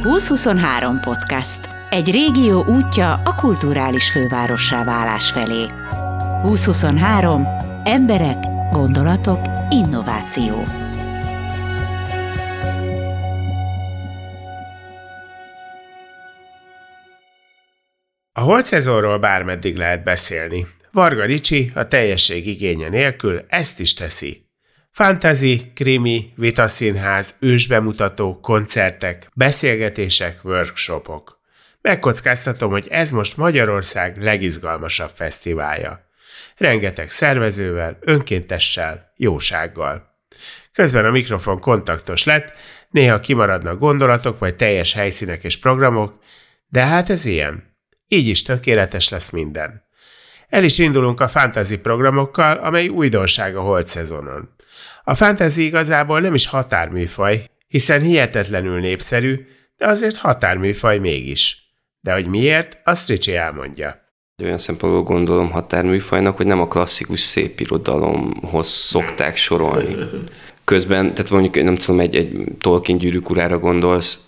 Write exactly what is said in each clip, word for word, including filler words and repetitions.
húsz-huszonhárom podcast. Egy régió útja a kulturális fővárossá válás felé. húsz-huszonhárom. Emberek, gondolatok, innováció. A holdszezonról bármeddig lehet beszélni. Varga Ricsi a teljesség igénye nélkül ezt is teszi. Fantasy, krimi, vitaszínház, ősbemutató, koncertek, beszélgetések, workshopok. Megkockáztatom, hogy ez most Magyarország legizgalmasabb fesztiválja. Rengeteg szervezővel, önkéntessel, jósággal. Közben a mikrofon kontaktos lett, néha kimaradnak gondolatok vagy teljes helyszínek és programok, de hát ez ilyen. Így is tökéletes lesz minden. El is indulunk a fantasy programokkal, amely újdonság a holdszezonon. A fantasy igazából nem is határműfaj, hiszen hihetetlenül népszerű, de azért határműfaj mégis. De hogy miért, azt Ricsi elmondja. Olyan szempontból gondolom határműfajnak, hogy nem a klasszikus szépirodalomhoz szokták sorolni. Közben, tehát mondjuk nem tudom, egy, egy Tolkien Gyűrűk urára gondolsz,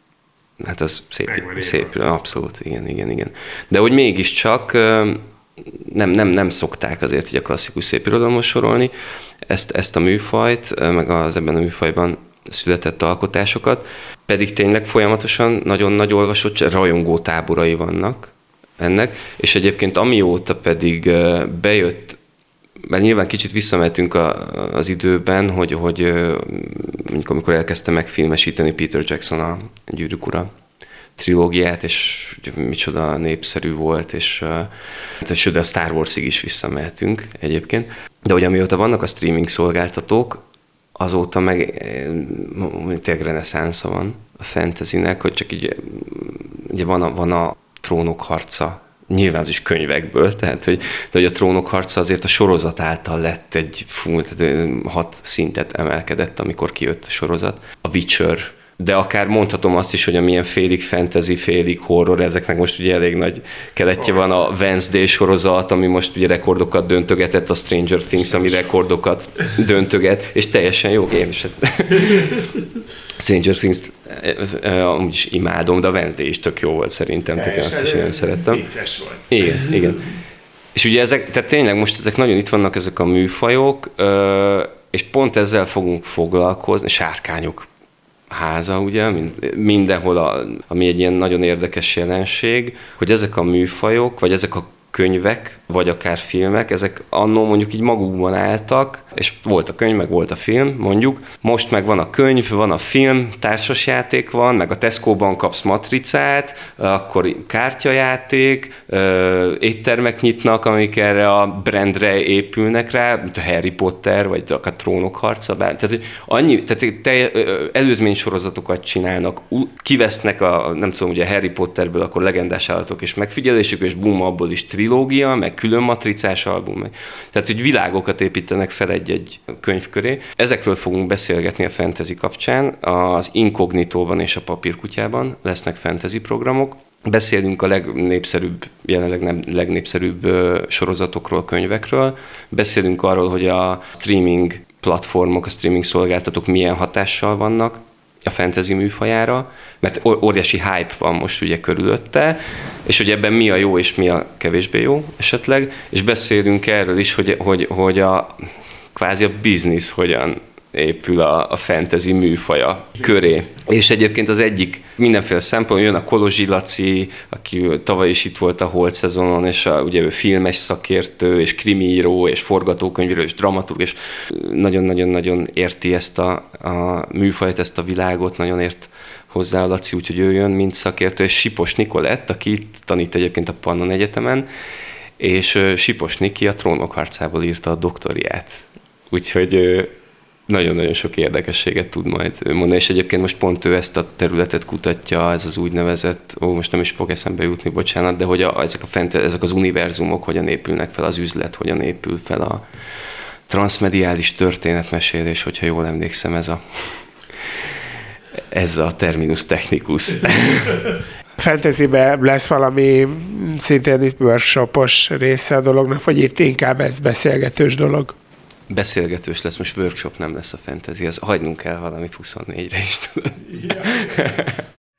hát az szép, szép, abszolút, igen, igen, igen. De hogy mégiscsak nem, nem, nem szokták azért így a klasszikus szépirodalomhoz sorolni ezt, ezt a műfajt, meg az ebben a műfajban született alkotásokat, pedig tényleg folyamatosan nagyon nagy olvasott, rajongó táborai vannak ennek, és egyébként amióta pedig bejött, mert nyilván kicsit visszamehetünk a, az időben, hogy, hogy mondjuk amikor elkezdte megfilmesíteni Peter Jackson a Gyűrűk ura trilógiát, és micsoda népszerű volt, és, és de a Star Warsig is visszamehetünk egyébként. De hogy amióta vannak a streaming szolgáltatók, azóta meg tényleg reneszánsza van a fantasynek, hogy csak így, ugye van a, van a Trónok harca, nyilván az is könyvekből, tehát hogy, de hogy a Trónok harca azért a sorozat által lett egy fú, tehát hat szintet emelkedett, amikor kijött a sorozat. A Witcher, de akár mondhatom azt is, hogy amilyen félig fantasy, félig horror, ezeknek most ugye elég nagy keletje van, a Wednesday sorozat, ami most ugye rekordokat döntögetett, a Stranger Things, ami rekordokat döntöget, és teljesen jó game. Stranger Things amúgy is imádom, de a Wednesday is tök jó volt szerintem, tehát én azt is nagyon szerettem. Vicces volt. Igen, igen. És ugye ezek, tehát tényleg most ezek nagyon itt vannak, ezek a műfajok, és pont ezzel fogunk foglalkozni, sárkányok háza, ugye, mindenhol, a, ami egy ilyen nagyon érdekes jelenség, hogy ezek a műfajok, vagy ezek a könyvek, vagy akár filmek, ezek annól mondjuk így magukban álltak, és volt a könyv, meg volt a film, mondjuk. Most meg van a könyv, van a film, társasjáték van, meg a Tesco-ban kapsz matricát, akkor kártyajáték, éttermek nyitnak, amik erre a brandre épülnek rá, mint a Harry Potter, vagy a Trónok harca. Tehát, hogy annyi, tehát te, előzménysorozatokat csinálnak, kivesznek a, nem tudom, ugye Harry Potterből akkor legendás állatok és megfigyelésük, és boom, abból is trilógia, meg külön matricás album. Meg. Tehát, hogy világokat építenek fel egy-egy könyv köré. Ezekről fogunk beszélgetni a fantasy kapcsán. Az Inkognitóban és a Papírkutyában lesznek fantasy programok. Beszélünk a legnépszerűbb, jelenleg nem legnépszerűbb sorozatokról, könyvekről. Beszélünk arról, hogy a streaming platformok, a streaming szolgáltatók milyen hatással vannak a fantasy műfajára, mert óriási hype van most ugye körülötte, és hogy ebben mi a jó és mi a kevésbé jó esetleg, és beszélünk erről is, hogy, hogy, hogy a kvázi a biznisz hogyan épül a, a fantasy műfaja köré. És egyébként az egyik mindenféle szempont, jön a Kolozsi Laci, aki tavaly is itt volt a Holt szezonon, és a, ugye ő filmes szakértő, és krimiíró, és forgatókönyvíró, és dramaturg, és nagyon-nagyon-nagyon érti ezt a, a műfajt, ezt a világot, nagyon ért hozzá a Laci, úgyhogy ő jön, mint szakértő, és Sipos Nikolett, aki itt tanít egyébként a Pannon Egyetemen, és Sipos Niki a Trónok harcából írta a doktoriát. Úgyhogy nagyon-nagyon sok érdekességet tud majd mondani, és egyébként most pont ő ezt a területet kutatja, ez az úgynevezett, ó, most nem is fog eszembe jutni, bocsánat, de hogy a, ezek, a fent, ezek az univerzumok hogyan épülnek fel, az üzlet hogyan épül fel, a transzmediális történetmesélés, hogyha jól emlékszem, ez a, ez a terminus technicus. Fantasyben lesz valami szintén itt workshopos része a dolognak, vagy itt inkább ez beszélgetős dolog? Beszélgetős lesz, most workshop nem lesz a fantasy, az hagynunk kell valamit huszonnégyre is.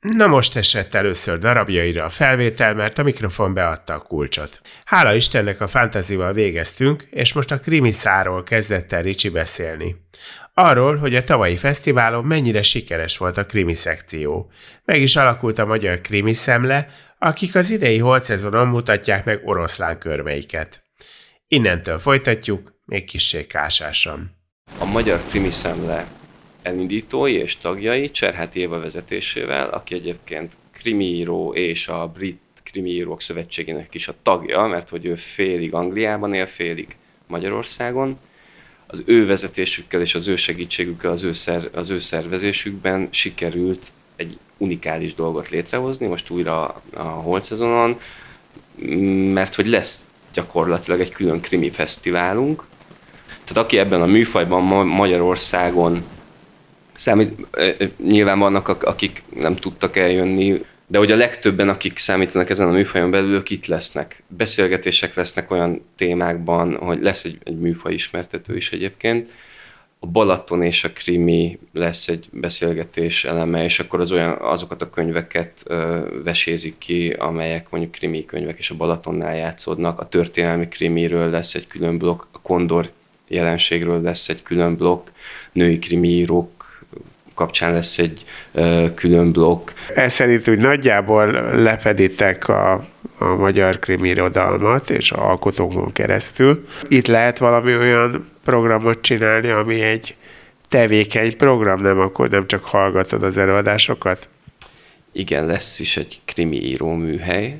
Na most esett először darabjaira a felvétel, mert a mikrofon beadta a kulcsot. Hála Istennek a Fantasyval végeztünk, és most a krimiszáról kezdett el Ricsi beszélni. Arról, hogy a tavalyi fesztiválon mennyire sikeres volt a krimi szekció. Meg is alakult a Magyar Krimi Szemle, akik az idei holtszezonon mutatják meg oroszlán körmeiket. Innentől folytatjuk, még kissé kásásan. A Magyar Krimi Szemle elindítói és tagjai Cserháti Éva vezetésével, aki egyébként krimiíró és a Brit Krimiírók Szövetségének is a tagja, mert hogy ő félig Angliában él, félig Magyarországon. Az ő vezetésükkel és az ő segítségükkel, az ő, szer, az ő szervezésükben sikerült egy unikális dolgot létrehozni, most újra a holt szezonon, mert hogy lesz gyakorlatilag egy külön krimi fesztiválunk. Tehát aki ebben a műfajban ma Magyarországon számít, nyilván vannak, akik nem tudtak eljönni, de hogy a legtöbben, akik számítanak ezen a műfajon belül, ők itt lesznek. Beszélgetések lesznek olyan témákban, hogy lesz egy, egy műfaj ismertető is egyébként. A Balaton és a krimi lesz egy beszélgetés eleme, és akkor az olyan, azokat a könyveket ö, vesézik ki, amelyek mondjuk krimi könyvek, és a Balatonnál játszódnak. A történelmi krimiről lesz egy külön blokk, a Kondor jelenségről lesz egy külön blokk, női krimiírók kapcsán lesz egy ö, külön blokk. Ez szerint úgy nagyjából lefeditek a, a magyar krimirodalmat és a alkotókon keresztül. Itt lehet valami olyan programot csinálni, ami egy tevékeny program, nem akkor nem csak hallgatod az előadásokat? Igen, lesz is egy krimiíró műhely,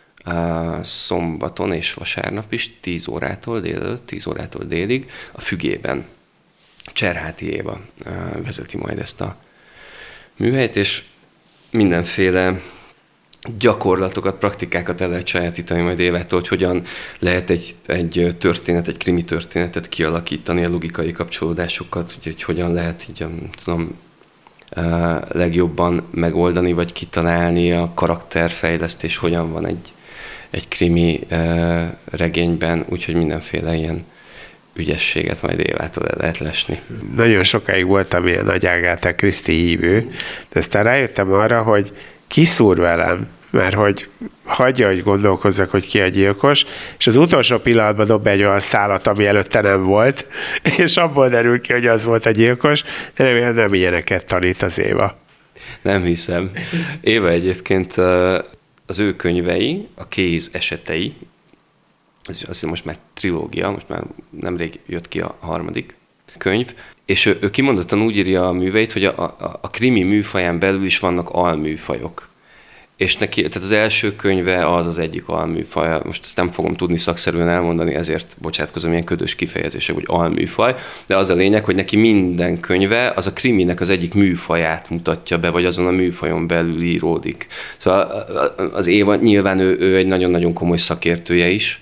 szombaton és vasárnap is, tíz órától délelőtt, tíz órától délig, a Fügében. Cserháti Éva vezeti majd ezt a műhelyt, és mindenféle gyakorlatokat, praktikákat el lehet sajátítani majd Évától, hogy hogyan lehet egy, egy történet, egy krimi történetet kialakítani, a logikai kapcsolódásokat, hogy hogyan lehet így, tudom, legjobban megoldani, vagy kitalálni a karakterfejlesztés, hogyan van egy, egy krimi regényben, úgyhogy mindenféle ilyen ügyességet majd Évától el lehet lesni. Nagyon sokáig voltam ilyen Nagy Agáta Christie hívő, de aztán rájöttem arra, hogy kiszúr velem, mert hogy hagyja, hogy gondolkozzak, hogy ki a gyilkos, és az utolsó pillanatban dob egy olyan szálat, ami előtte nem volt, és abból derül ki, hogy az volt a gyilkos, de nem, nem ilyeneket tanít az Éva. Nem hiszem. Éva egyébként az ő könyvei, a Kéz esetei, az azt hiszem most már trilógia, most már nemrég jött ki a harmadik könyv, és ő, ő kimondottan úgy írja a műveit, hogy a, a, a krimi műfaján belül is vannak alműfajok. És neki, tehát az első könyve az az egyik alműfaj, most ezt nem fogom tudni szakszerűen elmondani, ezért bocsátkozom ilyen ködös kifejezések, hogy alműfaj, de az a lényeg, hogy neki minden könyve az a kriminek az egyik műfaját mutatja be, vagy azon a műfajon belül íródik. Szóval az Éva nyilván ő, ő egy nagyon-nagyon komoly szakértője is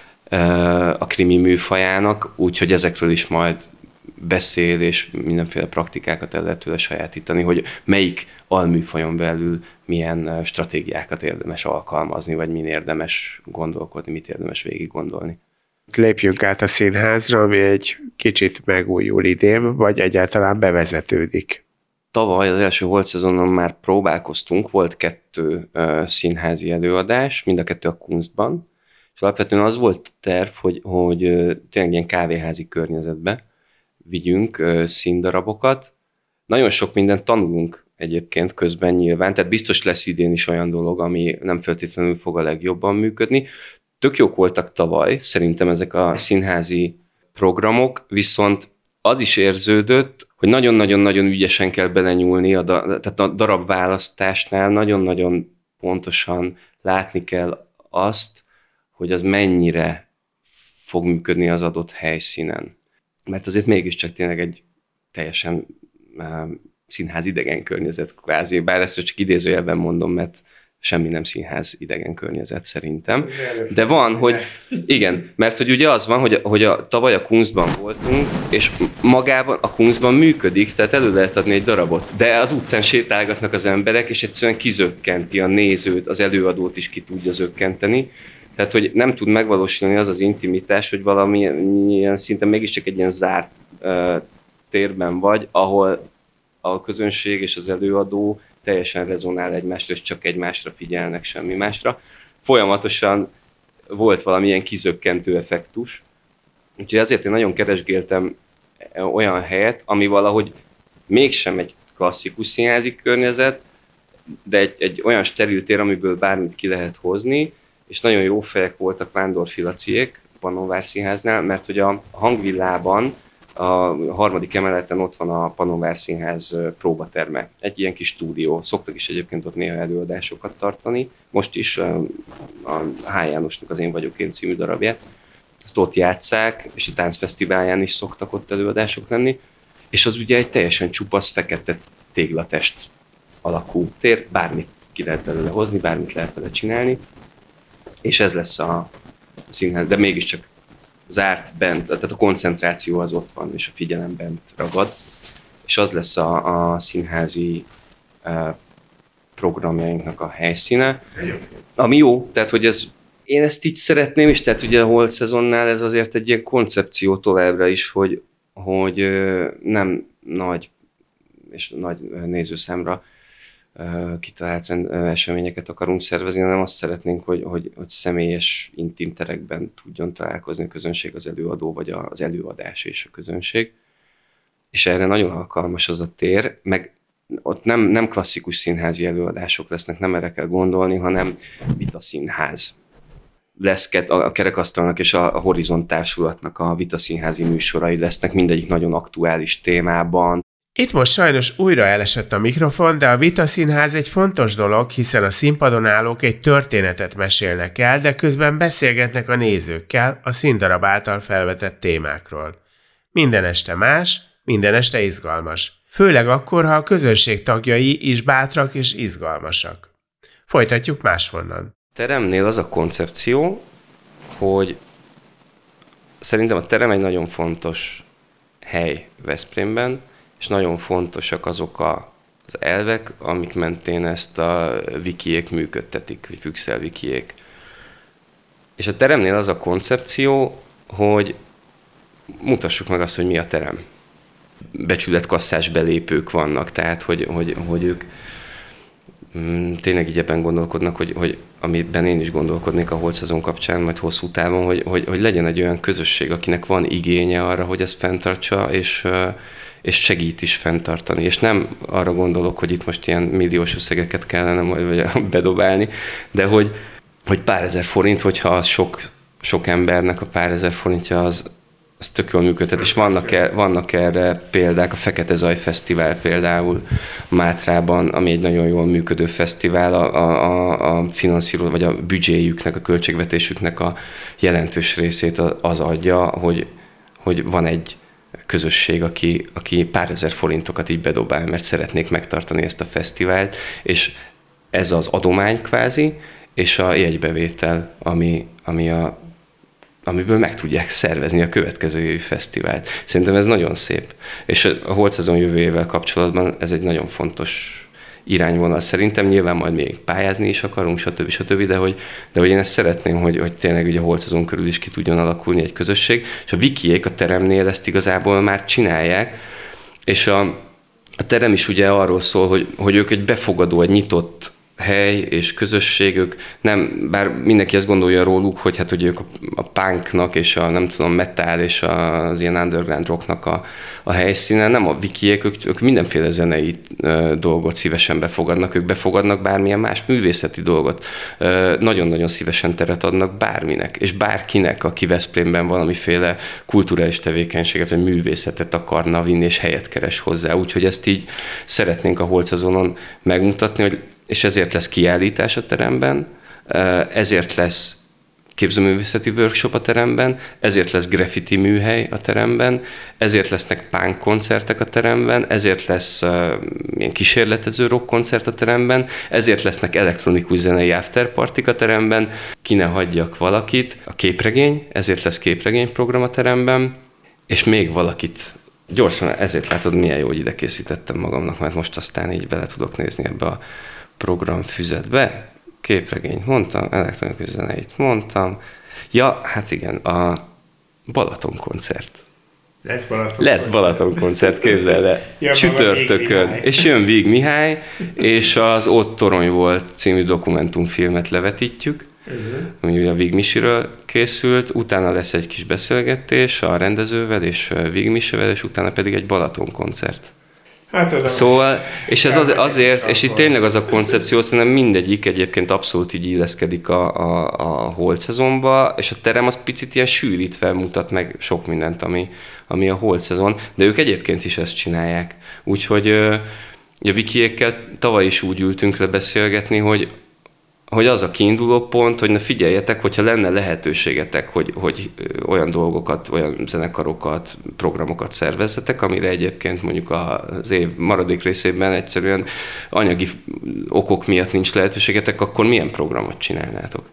a krimi műfajának, úgyhogy ezekről is majd beszél, és mindenféle praktikákat el lehet tőle sajátítani, hogy melyik alműfajon belül milyen stratégiákat érdemes alkalmazni, vagy min érdemes gondolkodni, mit érdemes végig gondolni. Lépjünk át a színházra, ami egy kicsit megújul idén, vagy egyáltalán bevezetődik. Tavaly az első holt szezonon már próbálkoztunk, volt kettő uh, színházi előadás, mind a kettő a Kunstban, és alapvetően az volt terv, hogy, hogy uh, tényleg ilyen kávéházi környezetbe vigyünk uh, színdarabokat. Nagyon sok mindent tanulunk egyébként közben nyilván, tehát biztos lesz idén is olyan dolog, ami nem feltétlenül fog a legjobban működni. Tök jók voltak tavaly, szerintem ezek a színházi programok, viszont az is érződött, hogy nagyon-nagyon-nagyon ügyesen kell belenyúlni, a, da, tehát a darabválasztásnál nagyon-nagyon pontosan látni kell azt, hogy az mennyire fog működni az adott helyszínen. Mert azért mégiscsak tényleg egy teljesen színház idegen környezet kvázi, bár ezt csak idézőjelben mondom, mert semmi nem színház idegen környezet szerintem. De van, hogy igen, mert hogy ugye az van, hogy a, hogy a tavaly a Kunstban voltunk, és magában a Kunstban működik, tehát elő lehet adni egy darabot, de az utcán sétálgatnak az emberek, és egyszerűen kizökkenti a nézőt, az előadót is ki tudja zökkenteni. Tehát, hogy nem tud megvalósulni az az intimitás, hogy valamilyen szinten mégiscsak egy ilyen zárt uh, térben vagy, ahol a közönség és az előadó teljesen rezonál egymásra, és csak egymásra figyelnek, semmi másra. Folyamatosan volt valamilyen kizökkentő effektus. Úgyhogy azért én nagyon keresgéltem olyan helyet, ami valahogy mégsem egy klasszikus színházi környezet, de egy, egy olyan steril tér, amiből bármit ki lehet hozni, és nagyon jó fejek voltak Vándorffy Laciék Pannonvár Színháznál, mert hogy a Hangvillában, a harmadik emeleten ott van a Pannonvár Színház próbaterme. Egy ilyen kis stúdió. Szoktak is egyébként ott néha előadásokat tartani. Most is a H. Jánosnak az Én vagyok én című darabját. Ezt ott játsszák, és a táncfesztiválján is szoktak ott előadások lenni. És az ugye egy teljesen csupasz, fekete téglatest alakú tér, bármit ki lehet belőle hozni, bármit lehet vele csinálni. És ez lesz a színház, de mégiscsak zárt bent, tehát a koncentráció az ott van, és a figyelem bent ragad. És az lesz a, a színházi uh, programjainknak a helyszíne. Ami jó, tehát hogy ez, én ezt így szeretném is, tehát ugye a Holt szezonnál ez azért egy ilyen koncepció továbbra is, hogy, hogy uh, nem nagy és nagy nézőszámra uh, kitalált rend, uh, eseményeket akarunk szervezni, hanem azt szeretnénk, hogy, hogy, hogy személyes, intim terekben tudjon találkozni a közönség, az előadó, vagy az előadás és a közönség. És erre nagyon alkalmas az a tér, meg ott nem, nem klasszikus színházi előadások lesznek, nem erre kell gondolni, hanem vitaszínház. Lesz a Kerekasztalnak és a Horizont Társulatnak a vitaszínházi műsorai lesznek, mindegyik nagyon aktuális témában. Itt most sajnos újra elesett a mikrofon, de a vitaszínház egy fontos dolog, hiszen a színpadon állók egy történetet mesélnek el, de közben beszélgetnek a nézőkkel a színdarab által felvetett témákról. Minden este más, minden este izgalmas. Főleg akkor, ha a közönség tagjai is bátrak és izgalmasak. Folytatjuk máshonnan. Teremnél az a koncepció, hogy szerintem a terem egy nagyon fontos hely Veszprémben, és nagyon fontosak azok a, az elvek, amik mentén ezt a wikiék működtetik, vagy Fükszel wikiék. És a teremnél az a koncepció, hogy mutassuk meg azt, hogy mi a terem. Becsületkasszás belépők vannak, tehát hogy, hogy, hogy ők mm, tényleg így ebben gondolkodnak, hogy, hogy amiben én is gondolkodnék a Holt szezon kapcsán, majd hosszú távon, hogy, hogy, hogy legyen egy olyan közösség, akinek van igénye arra, hogy ezt fenntartsa, és és segít is fenntartani. És nem arra gondolok, hogy itt most ilyen milliós összegeket kellene majd bedobálni, de hogy, hogy pár ezer forint, hogyha az sok, sok embernek a pár ezer forintja, az, az tök jól működhet. És vannak, er, vannak erre példák, a Fekete Zaj Fesztivál például Mátrában, ami egy nagyon jól működő fesztivál, a, a, a finanszírozó, vagy a büdzséjüknek, a költségvetésüknek a jelentős részét az adja, hogy, hogy van egy közösség, aki, aki pár ezer forintokat így bedobál, mert szeretnék megtartani ezt a fesztivált, és ez az adomány kvázi, és a jegybevétel, ami, ami a, amiből meg tudják szervezni a következő évi fesztivált. Szerintem ez nagyon szép. És a Holt szezon jövőjével kapcsolatban ez egy nagyon fontos irányvonal szerintem, nyilván majd még pályázni is akarunk, stb. stb. De hogy, de hogy én ezt szeretném, hogy, hogy tényleg ugye a Holt szezon körül is ki tudjon alakulni egy közösség, és a wikiék a teremnél ezt igazából már csinálják, és a, a terem is ugye arról szól, hogy, hogy ők egy befogadó, egy nyitott hely és közösség, ők nem, bár mindenki ezt gondolja róluk, hogy hát ugye ők a, a punknak és a nem tudom, metal és az ilyen underground rocknak a, a helyszínen, nem a wikiék, ők, ők mindenféle zenei uh, dolgot szívesen befogadnak, ők befogadnak bármilyen más művészeti dolgot. Uh, nagyon-nagyon szívesen teret adnak bárminek, és bárkinek, aki Veszprémben valamiféle kulturális tevékenységet, vagy művészetet akarna vinni, és helyet keres hozzá. Úgyhogy ezt így szeretnénk a Holt szezonon megmutatni, hogy és ezért lesz kiállítás a teremben, ezért lesz képzőművészeti workshop a teremben, ezért lesz graffiti műhely a teremben, ezért lesznek punk koncertek a teremben, ezért lesz uh, ilyen kísérletező rock koncert a teremben, ezért lesznek elektronikus zenei afterpartik a teremben, ki ne hagyjak valakit, a képregény, ezért lesz képregényprogram a teremben, és még valakit. Gyorsan, ezért látod, milyen jó, hogy ide készítettem magamnak, mert most aztán így bele tudok nézni ebbe a programfüzetbe. Képregényt mondtam, elektronikus zeneit mondtam. Ja, hát igen, a Balaton koncert. Lesz Balaton Lesz Balaton koncert, képzeld el. Csütörtökön. És jön Víg Mihály, és az Ott torony volt című dokumentumfilmet levetítjük, uh-huh. ami ugye a Víg Misiről készült, utána lesz egy kis beszélgetés a rendezővel és Víg Misivel, és utána pedig egy Balaton koncert. Hát szóval, és ez az, azért, és itt tényleg az a koncepció, szerintem mindegyik egyébként abszolút így illeszkedik a, a, a holt szezonba, és a terem az picit ilyen sűrítve mutat meg sok mindent, ami, ami a holt szezon, de ők egyébként is ezt csinálják. Úgyhogy a Vikiékkel tavaly is úgy ültünk le beszélgetni, hogy hogy az a kiinduló pont, hogy na figyeljetek, hogyha lenne lehetőségetek, hogy, hogy olyan dolgokat, olyan zenekarokat, programokat szervezzetek, amire egyébként mondjuk az év maradék részében egyszerűen anyagi okok miatt nincs lehetőségetek, akkor milyen programot csinálnátok?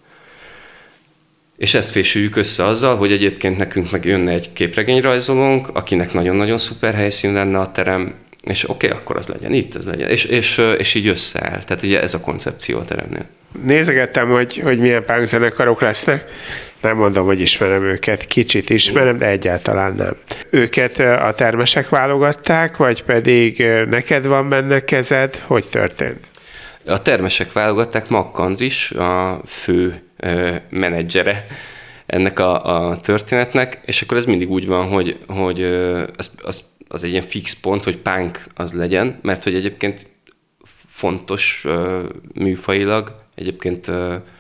És ezt fésüljük össze azzal, hogy egyébként nekünk meg jönne egy képregényrajzolónk, akinek nagyon-nagyon szuper helyszín lenne a terem, és oké, okay, akkor az legyen, itt ez legyen, és, és, és így összeáll. Tehát ugye ez a koncepció a teremnél. Nézegettem, hogy, hogy milyen punk zenekarok lesznek. Nem mondom, hogy ismerem őket, kicsit ismerem, de egyáltalán nem. Őket a termesek válogatták, vagy pedig neked van benne kezed? Hogy történt? A termesek válogatták, Makk Andris, a fő menedzsere ennek a, a történetnek, és akkor ez mindig úgy van, hogy, hogy az, az, az egy ilyen fix pont, hogy punk az legyen, mert hogy egyébként fontos műfajilag, egyébként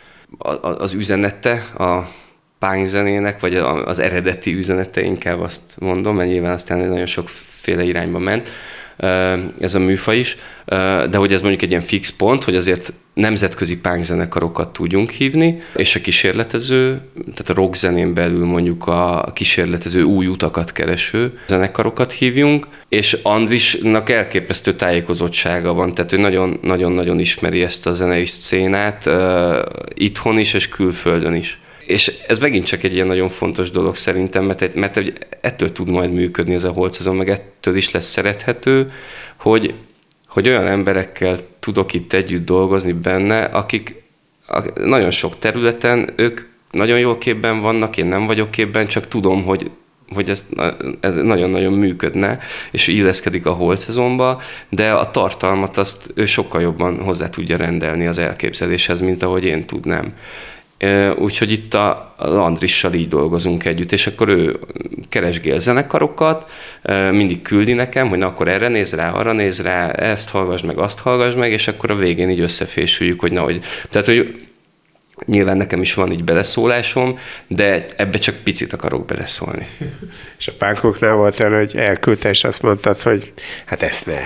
az üzenete a punk zenének, vagy az eredeti üzenete, inkább azt mondom, mert nyilván aztán nagyon sokféle irányba ment ez a műfaj is, de hogy ez mondjuk egy ilyen fix pont, hogy azért nemzetközi punk zenekarokat tudjunk hívni, és a kísérletező, tehát a rock zenén belül mondjuk a kísérletező új utakat kereső zenekarokat hívjunk, és Andrisnak elképesztő tájékozottsága van, tehát ő nagyon-nagyon ismeri ezt a zenei szcénát uh, itthon is, és külföldön is. És ez megint csak egy ilyen nagyon fontos dolog szerintem, mert, mert ettől tud majd működni ez a holt szezon, meg ettől is lesz szerethető, hogy, hogy olyan emberekkel tudok itt együtt dolgozni benne, akik nagyon sok területen, ők nagyon jól képben vannak, én nem vagyok képben, csak tudom, hogy, hogy ez, ez nagyon-nagyon működne, és illeszkedik a holt szezonba, de a tartalmat azt ő sokkal jobban hozzá tudja rendelni az elképzeléshez, mint ahogy én tudnám. Úgyhogy itt a, az Andrissal így dolgozunk együtt, és akkor ő keresgél zenekarokat, mindig küldi nekem, hogy na akkor erre néz rá, arra néz rá, ezt hallgass meg, azt hallgass meg, és akkor a végén így összefésüljük, hogy na, hogy... Tehát, hogy nyilván nekem is van így beleszólásom, de ebbe csak picit akarok beleszólni. És a pánkoknál volt olyan, hogy elküldte, és azt mondtad, hogy hát ezt ne.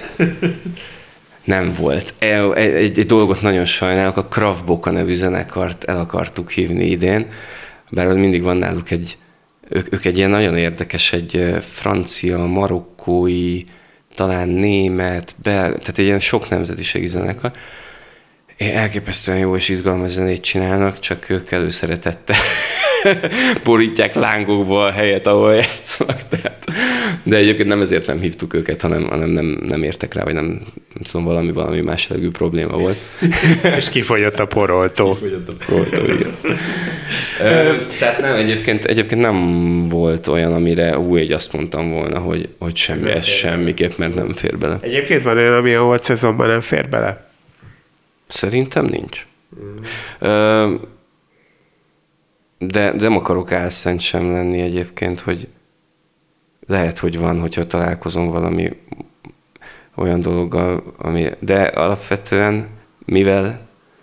Nem volt. Egy, egy, egy dolgot nagyon sajnálok, a Kraft Boka nevű zenekart el akartuk hívni idén, bár mindig van náluk egy, ők, ők egy ilyen nagyon érdekes, egy francia, marokkói, talán német, bel, tehát egy ilyen sok nemzetiségi zenekar. Elképesztően jó és izgalmas zenét csinálnak, csak ők előszeretettel borítják lángokba a helyet, ahol játszanak. Tehát, de egyébként nem ezért nem hívtuk őket, hanem, hanem nem, nem értek rá, vagy nem, nem tudom, valami, valami más jellegű probléma volt. És kifogyott a poroltó. Kifogyott a poroltó, igen. Tehát nem, egyébként, egyébként nem volt olyan, amire úgy azt mondtam volna, hogy, hogy semmi, ez semmiképp, mert nem fér bele. Egyébként van olyan, ami a holt szezonban nem fér bele? Szerintem nincs. Mm. De, de nem akarok álszent sem lenni egyébként, hogy lehet, hogy van, hogyha találkozom valami olyan dologgal, ami... De alapvetően, mivel...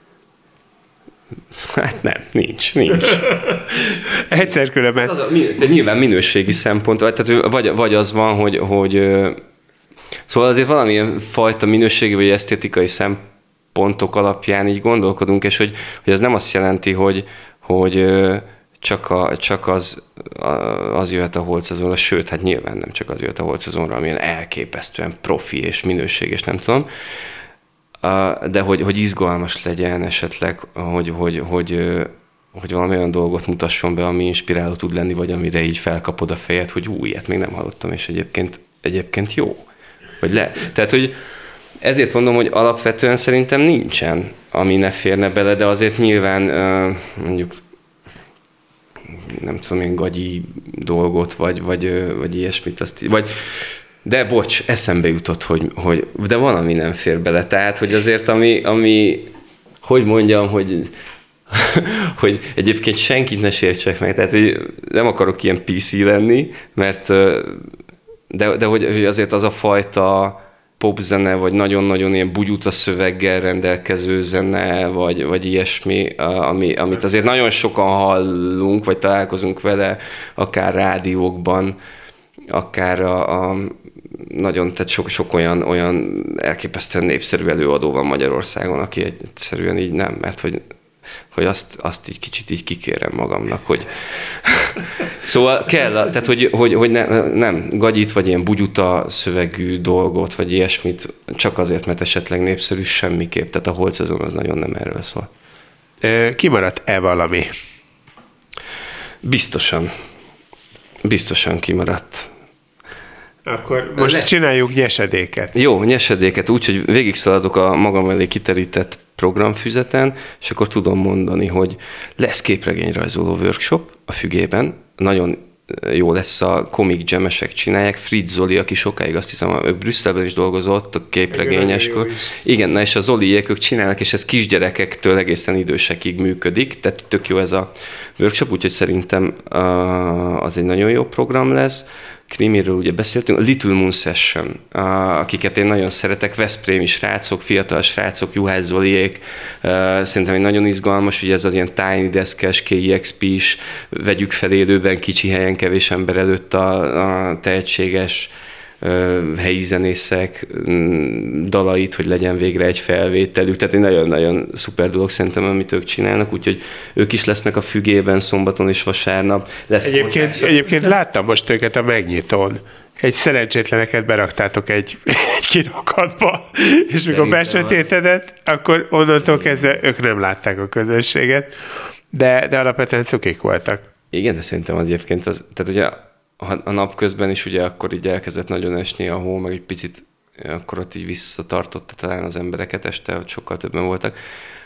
Hát nem, nincs, nincs. Egyszer különben... Az a, de nyilván minőségi szempont, tehát vagy, vagy az van, hogy, hogy... Szóval azért valamilyen fajta minőségi vagy esztétikai szempontok alapján így gondolkodunk, és hogy, hogy ez nem azt jelenti, hogy hogy csak, a, csak az, az jöhet a holt szezonra, sőt, hát nyilván nem csak az jöhet a holt szezonra, amilyen elképesztően profi és minőséges, nem tudom, de hogy, hogy izgalmas legyen esetleg, hogy, hogy, hogy, hogy valami olyan dolgot mutasson be, ami inspiráló tud lenni, vagy amire így felkapod a fejed, hogy ú, ilyet még nem hallottam, és egyébként, egyébként jó. Vagy le. Tehát, hogy ezért mondom, hogy alapvetően szerintem nincsen, ami ne férne bele, de azért nyilván mondjuk nem tudom, ilyen gagyi dolgot, vagy, vagy, vagy ilyesmit, azt, vagy de bocs, eszembe jutott, hogy, hogy de van, ami nem fér bele, tehát, hogy azért, ami, ami hogy mondjam, hogy hogy egyébként senkit ne sértsek meg, tehát hogy nem akarok ilyen pé cé lenni, mert de, de hogy, hogy azért az a fajta popzene, vagy nagyon-nagyon ilyen bugyuta szöveggel rendelkező zene, vagy, vagy ilyesmi, ami, amit azért nagyon sokan hallunk, vagy találkozunk vele, akár rádiókban, akár a, a nagyon, tehát sok, sok olyan, olyan elképesztően népszerű előadó van Magyarországon, aki egyszerűen így nem, mert hogy hogy azt, azt így kicsit így kikérem magamnak, hogy szóval kell, tehát hogy, hogy, hogy ne, nem gagyit, vagy ilyen bugyuta szövegű dolgot, vagy ilyesmit, csak azért, mert esetleg népszerű, semmiképp. Tehát a holt szezon az nagyon nem erről szól. Kimaradt-e valami? Biztosan. Biztosan kimaradt. Akkor most Le... csináljuk nyesedéket. Jó, nyesedéket úgy, hogy végig szaladok a magam elé kiterített programfüzeten, és akkor tudom mondani, hogy lesz képregényrajzoló workshop a Fügében, nagyon jó lesz, a comic jamesek csinálják, Fritz Zoli, aki sokáig azt hiszem, ő Brüsszelben is dolgozott, a képregényeskor. Igen, na és a Zoliék, ők csinálnak, és ez kisgyerekektől egészen idősekig működik, tehát tök jó ez a workshop, úgyhogy szerintem az egy nagyon jó program lesz. Krimiről ugye beszéltünk, a Little Moon Session, akiket én nagyon szeretek, veszprémi srácok, fiatal srácok, Juhász Zoliék, szerintem egy nagyon izgalmas, ugye ez az ilyen Tiny Desk-es, ká i exp is, vegyük fel élőben kicsi helyen, kevés ember előtt a, a tehetséges helyi zenészek dalait, hogy legyen végre egy felvételük. Tehát egy nagyon-nagyon szuper dolog szerintem, amit ők csinálnak, úgyhogy ők is lesznek a Fügében szombaton és vasárnap. Lesz egyébként, egyébként láttam most őket a megnyitón. Egy szerencsétleneket beraktátok egy, egy kirakatba, és mikor besötétedett, akkor onnantól kezdve ők nem látták a közönséget, de, de alapvetően cukik voltak. Igen, de szerintem az egyébként, az, tehát ugye a napközben is ugye akkor így elkezdett nagyon esni a hó, meg egy picit akkor ott így visszatartotta talán az embereket este, hogy sokkal többen voltak.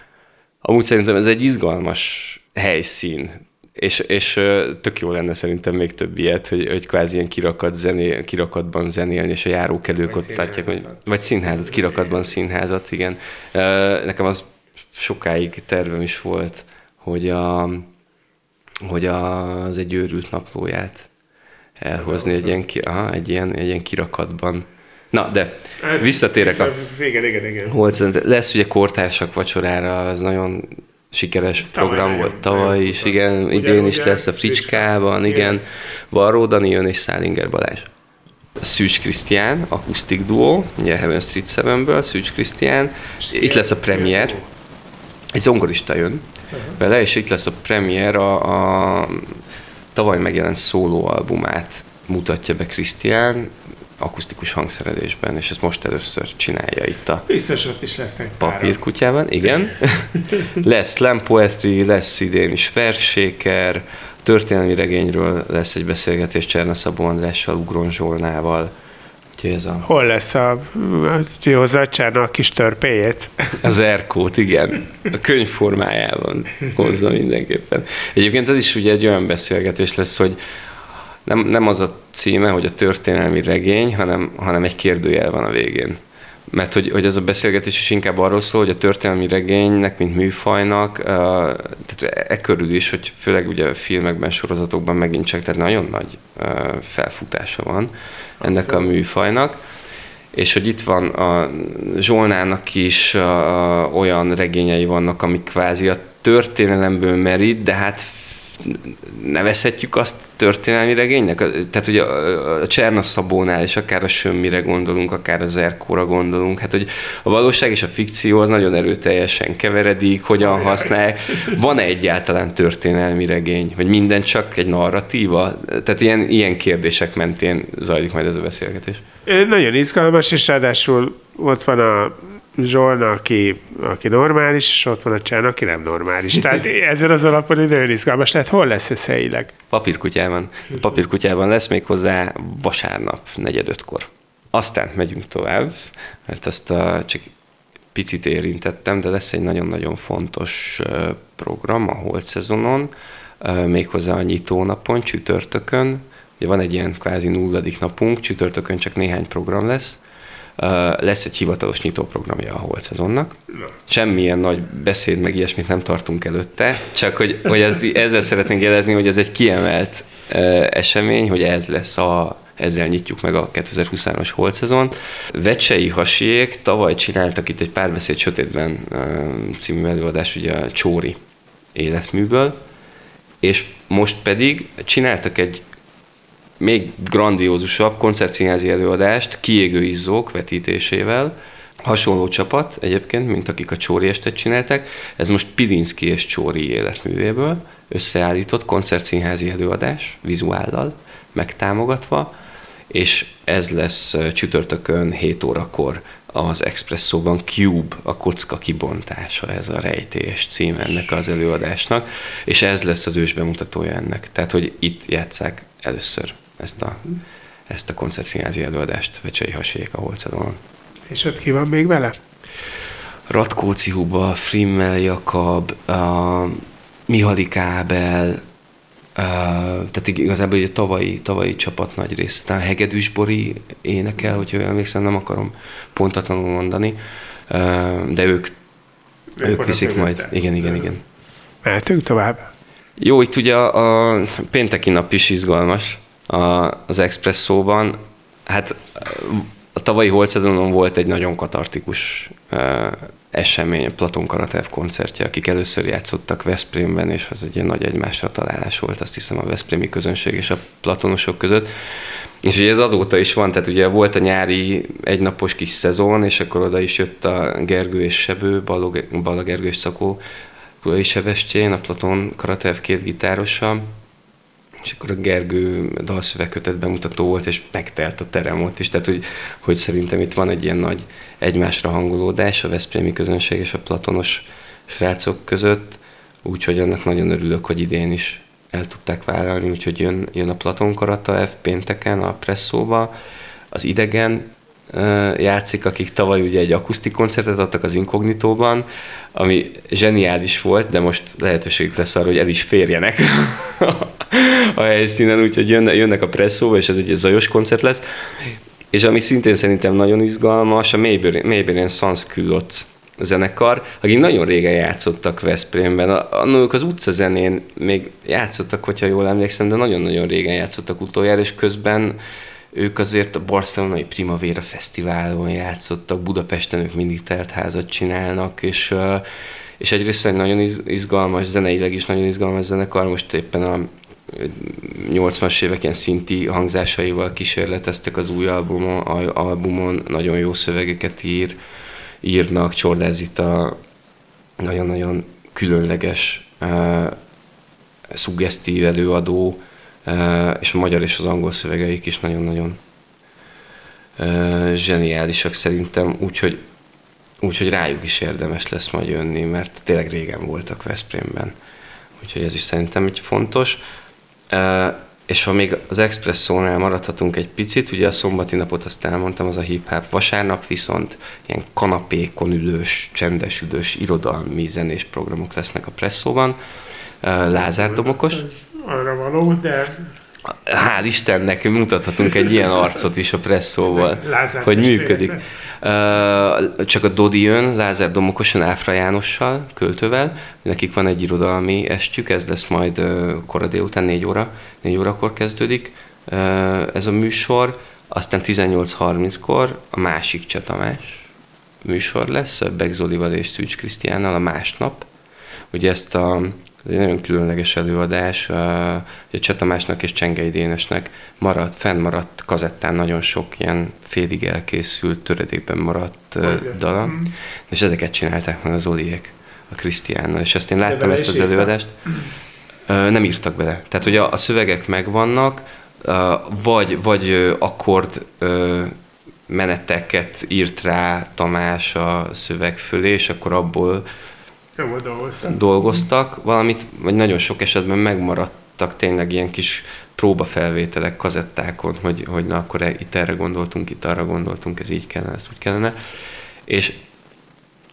Amúgy szerintem ez egy izgalmas helyszín, és, és tök jó lenne szerintem még több ilyet, hogy, hogy kvázi ilyen kirakat zenél, kirakatban zenélni, és a járókelők ott látják, hogy, vagy színházat, kirakatban színházat, igen. Nekem az sokáig tervem is volt, hogy, a, hogy az egy őrült naplóját elhozni egy ilyen, aha, egy, ilyen, egy ilyen kirakatban. Na, de visszatérek a... Igen, igen, igen. Lesz ugye kortársak vacsorára, az nagyon sikeres ez program volt tavaly is, igen, ugye, idén is lesz a Fricskában, igen. Yes. Varró Dani jön és Szálinger Balázs. Szűcs Krisztián, akusztik duó, ugye Heaven Street Sevenből, Szűcs Krisztián. Itt lesz a premier. Egy zongorista jön vele, és itt lesz a premier a, a tavaly megjelent szólóalbumát mutatja be Krisztián akusztikus hangszerelésben, és ezt most először csinálja itt a biztos ott is lesznek Papírkutyában. Igen. Lesz slam poetry, lesz idén is verséker, történelmi regényről lesz egy beszélgetés Cserna Szabó Andrással, Ugron Zsolnával. Ez a... Hol lesz a, hozza a Cserna a kis törpéjét? Az Erkót, igen. A könyv formájában hozza mindenképpen. Egyébként ez is ugye egy olyan beszélgetés lesz, hogy nem, nem az a címe, hogy a történelmi regény, hanem, hanem egy kérdőjel van a végén. Mert hogy, hogy ez a beszélgetés is inkább arról szól, hogy a történelmi regénynek, mint műfajnak, tehát e körül is, hogy főleg ugye filmekben, sorozatokban megint csak, tehát nagyon nagy felfutása van ennek a műfajnak. És hogy itt van a Zsolnának is a, olyan regényei vannak, amik kvázi a történelemből merít, de hát nevezhetjük azt történelmi regénynek? Tehát ugye a Cserna Szabónál is akár a Sömmire gondolunk, akár az Erkóra gondolunk. Hát, hogy a valóság és a fikció az nagyon erőteljesen keveredik, hogyan használják. Van-e egyáltalán történelmi regény? Vagy minden csak egy narratíva? Tehát ilyen, ilyen kérdések mentén zajlik majd ez a beszélgetés. Nagyon izgalmas, és ráadásul ott van a Zsolna, aki, aki normális, és ott van a Cserna, aki nem normális. Tehát ezzel az alapon nagyon izgalmas. Tehát hol lesz ez helyileg? Papírkutyában. Papírkutyában lesz még hozzá vasárnap, negyed ötkor. Aztán megyünk tovább, mert azt a, csak picit érintettem, de lesz egy nagyon-nagyon fontos program a holt szezonon. méghozzá a nyitónapon, csütörtökön. Ugye van egy ilyen kvázi nulladik napunk, csütörtökön csak néhány program lesz. Lesz egy hivatalos nyitóprogramja a Holt szezonnak. Semmilyen nagy beszéd, meg ilyesmit nem tartunk előtte, csak hogy, hogy ez, ezzel szeretnénk jelezni, hogy ez egy kiemelt esemény, hogy ez lesz a ezzel nyitjuk meg a kétezer-huszonhárom-as Holt szezon. Vecsei Hasiék tavaly csináltak itt egy Párbeszéd sötétben című előadást, ugye a Csóri életműből, és most pedig csináltak egy még grandiózusabb koncertszínházi előadást Kiégő izzók vetítésével. Hasonló csapat egyébként, mint akik a Csóri estet csináltak. Ez most Pilinszky és Csóri életművéből összeállított koncertszínházi előadás, vizuállal megtámogatva, és ez lesz csütörtökön hét órakor az Expresszóban. Cube, a kocka kibontása, ez a rejtélyes cím ennek az előadásnak, és ez lesz az ősbemutatója ennek. Tehát, hogy itt játsszák először ezt a, ezt a koncertszínházi előadást Vecsei Hasiék a Holt szezonon. És ott ki van még vele? Ratkóczi Huba, Frimmel Jakab, a Mihalik Ábel, Uh, tehát igazából egy tavalyi, tavalyi csapat nagy része. Tehát Hegedűs Bori énekel, hogyha emlékszem, nem akarom pontatlanul mondani, uh, de ők, ők, ők viszik majd. Igen, igen, igen. Mehetünk tovább? Jó, itt ugye a, a pénteki nap is izgalmas a, az Expresszóban. Hát a tavalyi Holt szezonon volt egy nagyon katartikus uh, esemény, Platon Karatev koncertje, akik először játszottak Veszprémben, és az egy ilyen nagy egymásra találás volt, azt hiszem, a veszprémi közönség és a platonosok között. És ugye ez azóta is van, tehát ugye volt a nyári egynapos kis szezon, és akkor oda is jött a Gergő és Sebő, Balla Gergő és Szakó Purai Sebestyén, a Platon Karatev két gitárosa, és akkor a Gergő dalszövegkötet bemutató volt, és megtelt a terem ott is, tehát hogy, hogy szerintem itt van egy ilyen nagy egymásra hangolódás a veszprémi közönség és a platonos srácok között, úgyhogy annak nagyon örülök, hogy idén is el tudták vállalni, úgyhogy jön, jön a Platon Karatev pénteken a Presszóba, az Idegen uh, játszik, akik tavaly ugye egy akusztik koncertet adtak az Inkognitóban, ami zseniális volt, de most lehetőségük lesz arra, hogy el is férjenek a helyszínen, úgyhogy jönnek, jönnek a Presszóba, és ez egy zajos koncert lesz. És ami szintén szerintem nagyon izgalmas, a Mayberian Sans-Culottes zenekar, akik nagyon régen játszottak Veszprémben. Annól az utcazenén még játszottak, hogyha jól emlékszem, de nagyon-nagyon régen játszottak utoljára, és közben ők azért a barcelonai Primavera Fesztiválon játszottak, Budapesten ők mindig teltházat csinálnak, és, és egyrészt egy nagyon izgalmas, zeneileg is nagyon izgalmas zenekar, most éppen a nyolcvanas évek ilyen szinti hangzásaival kísérleteztek az új albumon, albumon nagyon jó szövegeket ír, írnak, Csordász Zita nagyon-nagyon különleges, uh, szuggesztív előadó, uh, és a magyar és az angol szövegeik is nagyon-nagyon uh, zseniálisak szerintem, úgyhogy, úgyhogy rájuk is érdemes lesz majd jönni, mert tényleg régen voltak Veszprémben. Úgyhogy ez is szerintem így fontos. Uh, és ha még az Expresszónál maradhatunk egy picit, ugye a szombati napot azt elmondtam, az a hip-hop, vasárnap viszont ilyen kanapékon ülős, csendes ülős, irodalmi zenés programok lesznek a Presszóban. Uh, Lázár Domokos. Arra való, de... Hál' Istennek mutathatunk egy ilyen arcot is a Presszóval, Lázár hogy működik. Uh, csak a Dodi jön, Lázár Domokoson, Áfra Jánossal, költővel. Nekik van egy irodalmi estjük, ez lesz majd uh, kora délután, négy óra, négy órakor kezdődik uh, ez a műsor. Aztán tizennyolc harminckor a másik Cseh Tamás műsor lesz, Beck Zolival és Szűcs Krisztiánnal a másnap. Ugye ezt a ez egy nagyon különleges előadás, hogy Cseh Tamásnak és Csengei Dénesnek maradt, fennmaradt kazettán nagyon sok ilyen félig elkészült, töredékben maradt uh, dala, mm. és ezeket csinálták meg az Zoliék a Krisztiánnal, és ezt én láttam ezt az előadást. Uh, nem írtak bele. Tehát, hogy a, a szövegek megvannak, uh, vagy, vagy uh, akkord uh, meneteket írt rá Tamás a szöveg fölé, és akkor abból dolgoztak. dolgoztak valamit, vagy nagyon sok esetben megmaradtak tényleg ilyen kis próbafelvételek kazettákon, hogy, hogy na akkor itt erre gondoltunk, itt arra gondoltunk, ez így kellene, ezt úgy kellene. És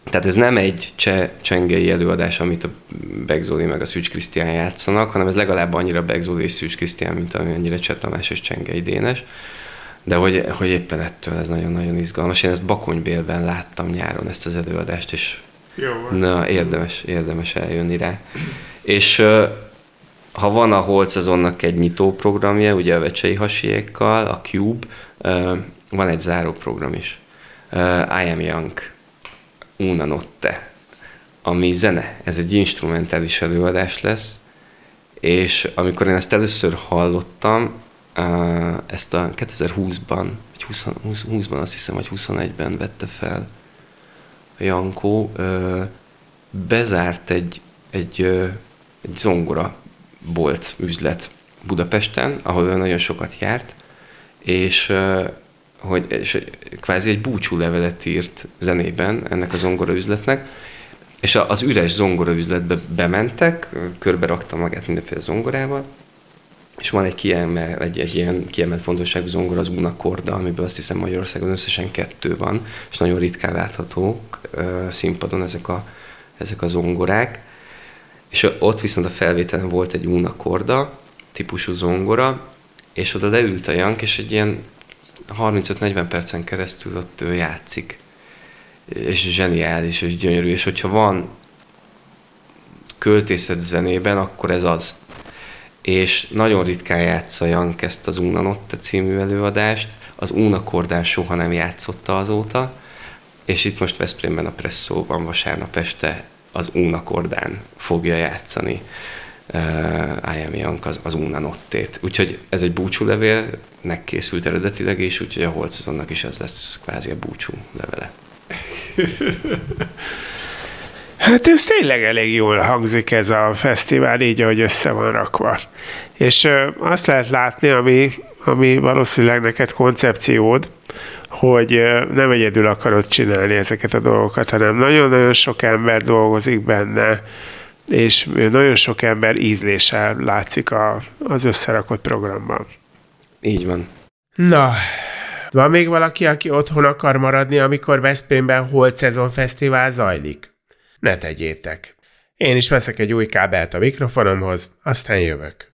Tehát ez nem egy cseh csengei előadás, amit a Beck Zoli meg a Szűcs Krisztián játszanak, hanem ez legalább annyira Beck Zoli és Szűcs Krisztián, mint amennyire Cseh Tamás és Csengei Dénes. De hogy, hogy éppen ettől ez nagyon-nagyon izgalmas. Én ezt Bakonybélben láttam nyáron, ezt az előadást, és jó, na, érdemes, érdemes eljönni rá. És ha van a Holt szezonnak egy nyitó programja, ugye a Vecsei Hasiékkal, a Cube, van egy záró program is. I Am Young, Una Notte, ami zene, ez egy instrumentális előadás lesz, és amikor én ezt először hallottam, ezt a kétezer-húszban, vagy húszban azt hiszem, vagy huszonegyben vette fel Jankó, bezárt egy, egy, egy zongora bolt üzlet Budapesten, ahol ő nagyon sokat járt, és, hogy, és kvázi egy búcsúlevelet írt zenében ennek a zongora üzletnek, és az üres zongora üzletbe bementek, körbe rakta magát mindenféle zongorával, és van egy, kiemel, egy, egy ilyen kiemelt fontosságú zongora, az Una Corda, amiből azt hiszem Magyarországon összesen kettő van, és nagyon ritkán láthatók uh, színpadon ezek a, ezek a zongorák. És ott viszont a felvételen volt egy Una Corda típusú zongora, és oda leült a Jank, és egy ilyen harmincöt-negyven percen keresztül ott ő játszik. És zseniális, és gyönyörű, és hogyha van költészet zenében, akkor ez az. És nagyon ritkán játsza Jank ezt az Una Notte című előadást, az Una Cordán soha nem játszotta azóta, és itt most Veszprémben a Presszóban vasárnap este az Una Cordán fogja játszani uh, I Am Young az, az Una Nottét. Úgyhogy ez egy búcsúlevélnek készült eredetileg, és úgyhogy a Holt szezonnak is ez lesz kvázi a búcsú levele. Hát ez tényleg elég jól hangzik ez a fesztivál, így, ahogy össze van rakva. És ö, azt lehet látni, ami, ami valószínűleg neked koncepciód, hogy ö, nem egyedül akarod csinálni ezeket a dolgokat, hanem nagyon-nagyon sok ember dolgozik benne, és nagyon sok ember ízlése látszik a, az összerakott programban. Így van. Na, van még valaki, aki otthon akar maradni, amikor Veszprémben Holt Szezon Fesztivál zajlik? Ne tegyétek. Én is veszek egy új kábelt a mikrofonomhoz, aztán jövök.